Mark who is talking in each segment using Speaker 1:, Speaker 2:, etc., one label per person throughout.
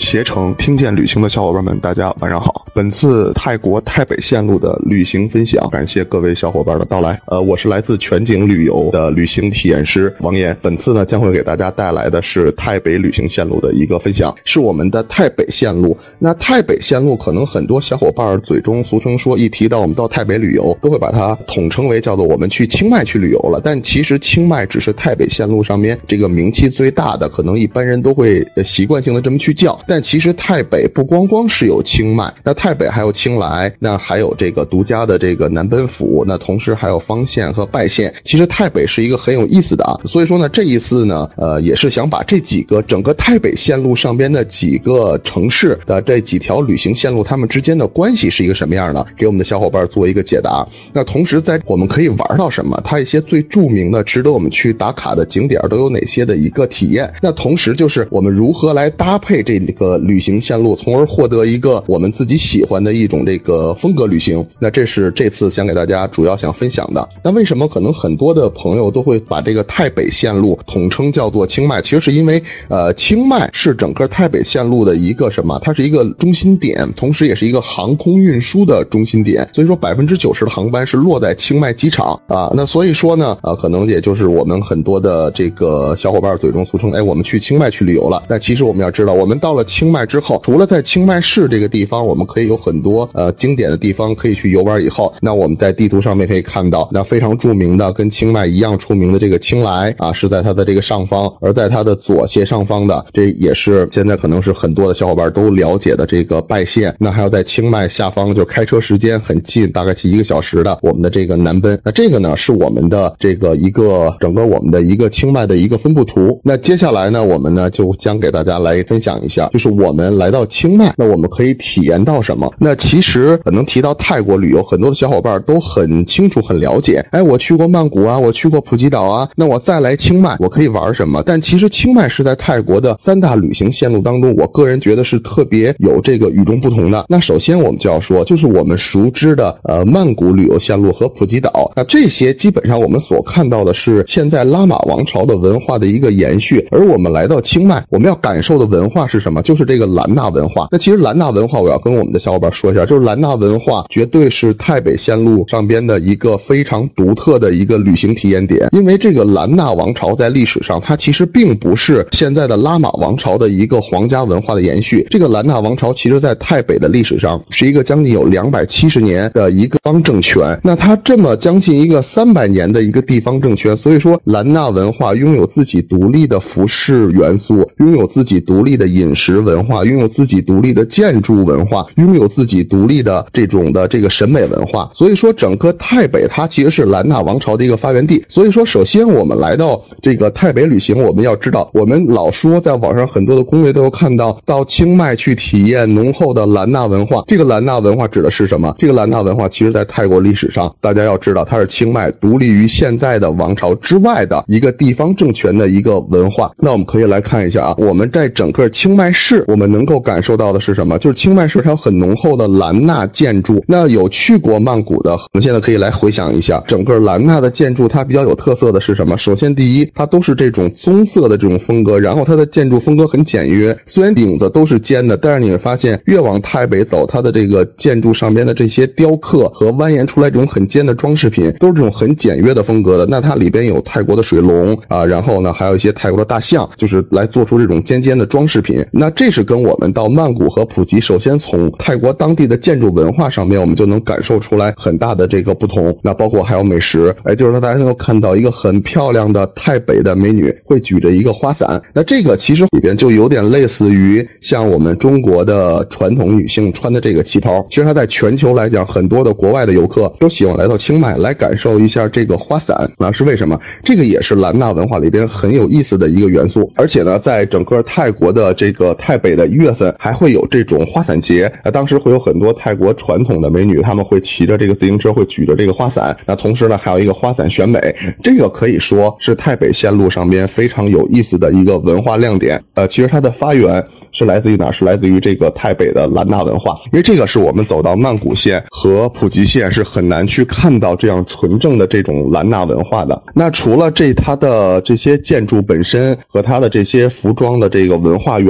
Speaker 1: 携程听见旅行的小伙伴们，大家晚上好。本次泰国泰北线路的旅行分享，感谢各位小伙伴的到来。我是来自全景旅游的旅行体验师王岩。本次呢将会给大家带来的是泰北旅行线路的一个分享，是我们的泰北线路。那泰北线路可能很多小伙伴嘴中俗称说，一提到我们到泰北旅游，都会把它统称为叫做我们去清迈去旅游了。但其实清迈只是泰北线路上面这个名气最大的，可能一般人都会习惯性的这么去叫。但其实泰北不光是有清迈，那泰北还有清莱，那还有这个独家的这个南奔府，那同时还有方县和拜县。其实泰北是一个很有意思的啊，所以说呢，这一次呢，也是想把这几个整个泰北线路上边的几个城市的这几条旅行线路，它们之间的关系是一个什么样的，给我们的小伙伴做一个解答。那同时在我们可以玩到什么，它一些最著名的值得我们去打卡的景点都有哪些的一个体验。那同时就是我们如何来搭配这个旅行线路，从而获得一个我们自己喜欢的一种这个风格旅行。那这是这次想给大家主要想分享的。那为什么可能很多的朋友都会把这个泰北线路统称叫做清迈，其实是因为清迈是整个泰北线路的一个什么，它是一个中心点，同时也是一个航空运输的中心点，所以说90%的航班是落在清迈机场啊。那所以说呢可能也就是我们很多的这个小伙伴嘴中俗称，我们去清迈去旅游了。那其实我们要知道，我们到了清迈之后，除了在清迈市这个地方我们可以有很多经典的地方可以去游玩以后，那我们在地图上面可以看到，那非常著名的跟清迈一样出名的这个清莱啊，是在它的这个上方，而在它的左斜上方的，这也是现在可能是很多的小伙伴都了解的这个拜县。那还有在清迈下方，就开车时间很近，大概是1个小时的我们的这个南奔。那这个呢是我们的这个一个整个我们的一个清迈的一个分布图。那接下来呢，我们呢就将给大家来分享一下，就是我们来到清迈，那我们可以体验到什么。那其实可能提到泰国旅游，很多的小伙伴都很清楚很了解，我去过曼谷啊，我去过普吉岛啊，那我再来清迈我可以玩什么。但其实清迈是在泰国的3大旅行线路当中，我个人觉得是特别有这个与众不同的。那首先我们就要说，就是我们熟知的曼谷旅游线路和普吉岛，那这些基本上我们所看到的是现在拉玛王朝的文化的一个延续。而我们来到清迈，我们要感受的文化是什么？就是这个兰纳文化。那其实兰纳文化我要跟我们的小伙伴说一下，就是兰纳文化绝对是泰北线路上边的一个非常独特的一个旅行体验点。因为这个兰纳王朝在历史上它其实并不是现在的拉玛王朝的一个皇家文化的延续，这个兰纳王朝其实在泰北的历史上是一个将近有270年的一个地方政权。那它这么将近一个300年的一个地方政权，所以说兰纳文化拥有自己独立的服饰元素，拥有自己独立的饮食文化，拥有自己独立的建筑文化，拥有自己独立的这种的这个审美文化。所以说整个泰北它其实是兰纳王朝的一个发源地。所以说首先我们来到这个泰北旅行，我们要知道，我们老说在网上很多的攻略都有看到清迈去体验浓厚的兰纳文化。这个兰纳文化指的是什么？这个兰纳文化其实在泰国历史上，大家要知道它是清迈独立于现在的王朝之外的一个地方政权的一个文化。那我们可以来看一下啊，我们在整个清迈市我们能够感受到的是什么？就是清迈市它有很浓厚的兰纳建筑。那有去过曼谷的，我们现在可以来回想一下，整个兰纳的建筑它比较有特色的是什么？首先第一，它都是这种棕色的这种风格，然后它的建筑风格很简约，虽然顶子都是尖的，但是你会发现越往泰北走，它的这个建筑上边的这些雕刻和蜿蜒出来这种很尖的装饰品都是这种很简约的风格的。那它里边有泰国的水龙啊，然后呢还有一些泰国的大象，就是来做出这种尖尖的装饰品。那这是跟我们到曼谷和普吉，首先从泰国当地的建筑文化上面我们就能感受出来很大的这个不同。那包括还有美食，就是说大家能够看到一个很漂亮的泰北的美女会举着一个花伞，那这个其实里边就有点类似于像我们中国的传统女性穿的这个旗袍。其实它在全球来讲，很多的国外的游客都喜欢来到清迈来感受一下这个花伞，那是为什么？这个也是兰纳文化里边很有意思的一个元素。而且呢，在整个泰国的这个泰北的1月份还会有这种花伞节，当时会有很多泰国传统的美女，她们会骑着这个自行车，会举着这个花伞。那同时呢，还有一个花伞选美，这个可以说是泰北线路上边非常有意思的一个文化亮点。其实它的发源是来自于哪？是来自于这个泰北的兰纳文化。因为这个是我们走到曼谷县和普吉县是很难去看到这样纯正的这种兰纳文化的。那除了它的这些建筑本身和它的这些服装的这个文化元素，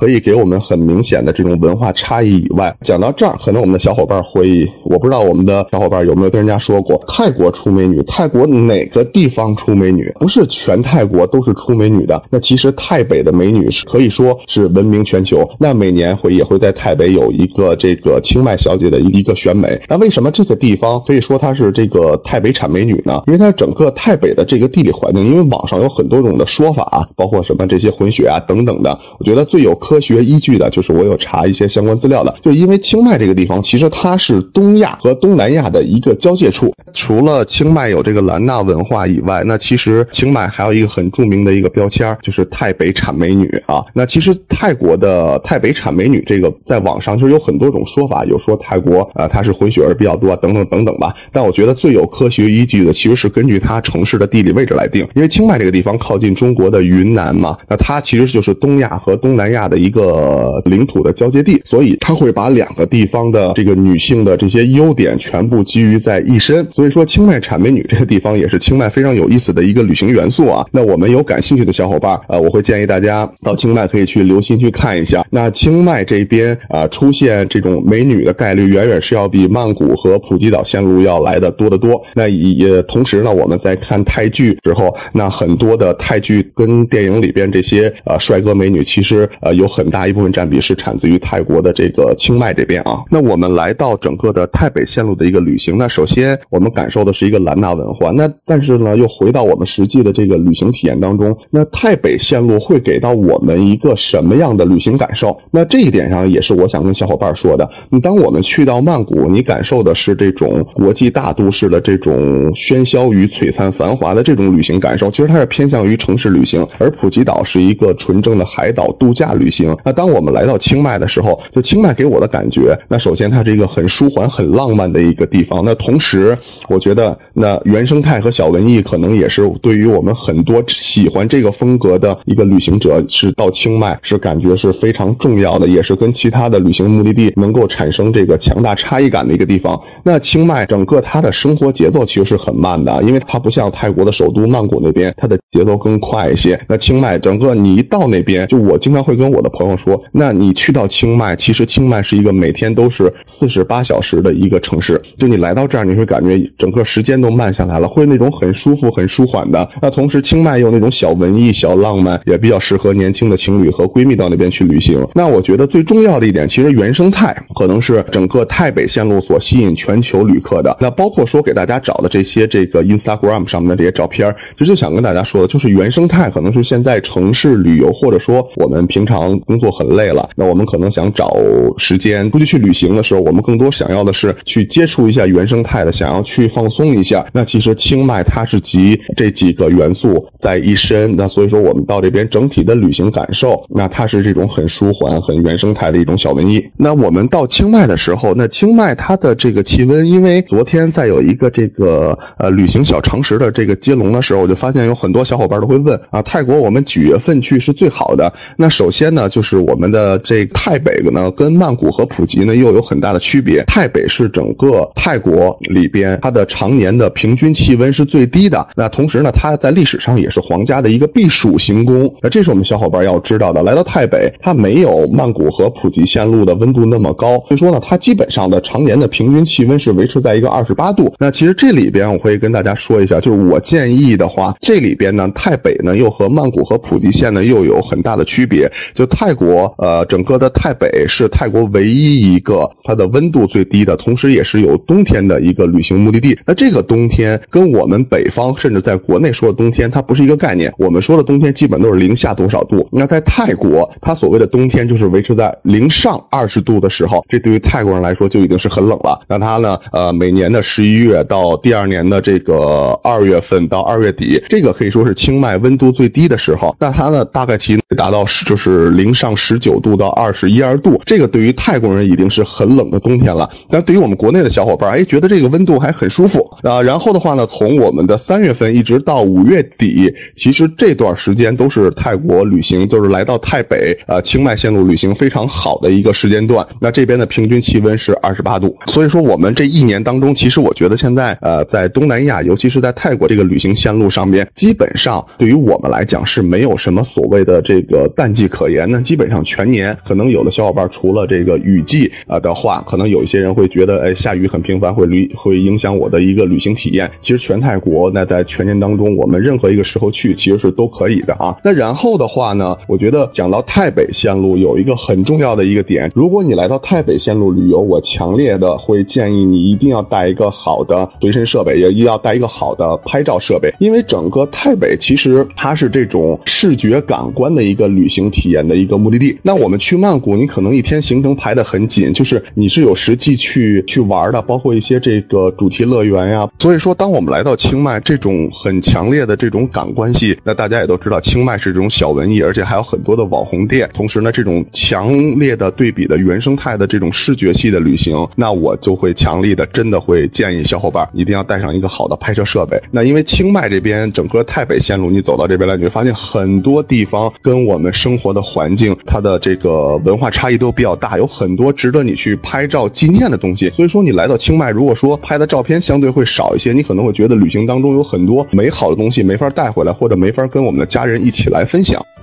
Speaker 1: 可以给我们很明显的这种文化差异以外，讲到这儿，可能我们的小伙伴会，我不知道我们的小伙伴有没有跟人家说过，泰国出美女，泰国哪个地方出美女？不是全泰国都是出美女的。那其实泰北的美女是可以说是闻名全球。那每年也会在泰北有一个这个清迈小姐的一个选美。那为什么这个地方可以说它是这个泰北产美女呢？因为它整个泰北的这个地理环境，因为网上有很多种的说法，包括什么这些混血啊等等的，我觉得最有科学依据的就是我有查一些相关资料的，就是因为清迈这个地方其实它是东亚和东南亚的一个交界处。除了清迈有这个兰纳文化以外，那其实清迈还有一个很著名的一个标签，就是泰北产美女啊。那其实泰国的泰北产美女这个在网上就是有很多种说法，有说泰国它是混血儿比较多等等等等吧。但我觉得最有科学依据的其实是根据它城市的地理位置来定，因为清迈这个地方靠近中国的云南嘛，那它其实就是东亚和东南亚的一个领土的交界地，所以它会把两个地方的这个女性的这些优点全部集于在一身。所以说清迈产美女这个地方也是清迈非常有意思的一个旅行元素啊。那我们有感兴趣的小伙伴我会建议大家到清迈可以去留心去看一下。那清迈这边出现这种美女的概率远远是要比曼谷和普吉岛线路要来的多得多。那也同时呢，我们在看泰剧之后，那很多的泰剧跟电影里边这些帅哥美女，其实有很大一部分占比是产自于泰国的这个清迈这边啊。那我们来到整个的泰北线路的一个旅行，那首先我们感受的是一个兰纳文化，那但是呢又回到我们实际的这个旅行体验当中，那泰北线路会给到我们一个什么样的旅行感受？那这一点上也是我想跟小伙伴说的。当我们去到曼谷，你感受的是这种国际大都市的这种喧嚣与璀璨繁华的这种旅行感受，其实它是偏向于城市旅行，而普吉岛是一个纯正的海岛度假旅行。那当我们来到清迈的时候，就清迈给我的感觉，那首先它是一个很舒缓很浪漫的一个地方，那同时我觉得那原生态和小文艺可能也是对于我们很多喜欢这个风格的一个旅行者，是到清迈是感觉是非常重要的，也是跟其他的旅行目的地能够产生这个强大差异感的一个地方。那清迈整个它的生活节奏其实是很慢的，因为它不像泰国的首都曼谷那边，它的节奏更快一些。那清迈整个你一到那边，就我经常会跟我的朋友说，那你去到清迈，其实清迈是一个每天都是48小时的一个城市，就你来到这儿，你会感觉整个时间都慢下来了，会那种很舒服很舒缓的。那同时清迈有那种小文艺小浪漫，也比较适合年轻的情侣和闺蜜到那边去旅行。那我觉得最重要的一点，其实原生态可能是整个泰北线路所吸引全球旅客的。那包括说给大家找的这些这个 Instagram 上面的这些照片，就想跟大家说的，就是原生态可能是现在城市旅游，或者说我们平常工作很累了，那我们可能想找时间出去旅行的时候，我们更多想要的是去接触一下原生态的，想要去放松一下。那其实清迈它是集这几个元素在一身，那所以说我们到这边整体的旅行感受，那它是这种很舒缓很原生态的一种小文艺。那我们到清迈的时候，那清迈它的这个气温，因为昨天在有一个这个旅行小常识的这个接龙的时候，我就发现有很多小伙伴都会问泰国我们几月份去是最好的？那首先呢，就是我们的这个泰北呢跟曼谷和普吉呢又有很大的区别。泰北是整个泰国里边它的常年的平均气温是最低的，那同时呢它在历史上也是皇家的一个避暑行宫。那这是我们小伙伴要知道的，来到泰北它没有曼谷和普吉线路的温度那么高，所以说呢它基本上的常年的平均气温是维持在一个28度。那其实这里边我会跟大家说一下，就是我建议的话，这里边呢泰北呢又和曼谷和普吉线呢又有很大的区别。就泰国整个的泰北是泰国唯一一个它的温度最低的，同时也是有冬天的一个旅行目的地。那这个冬天跟我们北方甚至在国内说的冬天它不是一个概念，我们说的冬天基本都是零下多少度，那在泰国它所谓的冬天就是维持在零上20度的时候，这对于泰国人来说就已经是很冷了。那它呢每年的11月到第二年的这个2月份到2月底，这个可以说是清迈温度最低的时候，那它呢大概其达到就是零上19度到21、22度，这个对于泰国人已经是很冷的冬天了。但对于我们国内的小伙伴觉得这个温度还很舒服然后的话呢，从我们的3月份一直到5月底，其实这段时间都是泰国旅行，就是来到泰北清迈线路旅行非常好的一个时间段。那这边的平均气温是28度，所以说我们这一年当中，其实我觉得现在在东南亚，尤其是在泰国这个旅行线路上面，基本上对于我们来讲是没有什么所谓的这个淡季可言的。 呢，基本上全年，可能有的小伙伴除了这个雨季的话，可能有一些人会觉得，下雨很频繁会影响我的一个旅行体验。其实全泰国那在全年当中，我们任何一个时候去其实是都可以的啊。那然后的话呢，我觉得讲到泰北线路有一个很重要的一个点，如果你来到泰北线路旅游，我强烈的会建议你一定要带一个好的随身设备，也要带一个好的拍照设备，因为整个泰北其实它是这种视觉感官的一个旅行体验的一个目的地。那我们去曼谷，你可能一天行程排得很紧，就是你是有实际去玩的，包括一些这个主题乐园呀。所以说当我们来到清迈，这种很强烈的这种感官系，那大家也都知道清迈是这种小文艺，而且还有很多的网红店，同时呢这种强烈的对比的原生态的这种视觉系的旅行，那我就会强力的真的会建议小伙伴一定要带上一个好的拍摄设备。那因为清迈这边整个泰北线路，你走到这边来，你会发现很多地方跟我们生活的环境它的这个文化差异都比较大，有很多值得你去拍照纪念的东西。所以说你来到清迈，如果说拍的照片相对会少一些，你可能会觉得旅行当中有很多美好的东西没法带回来，或者没法跟我们的家人一起来分享。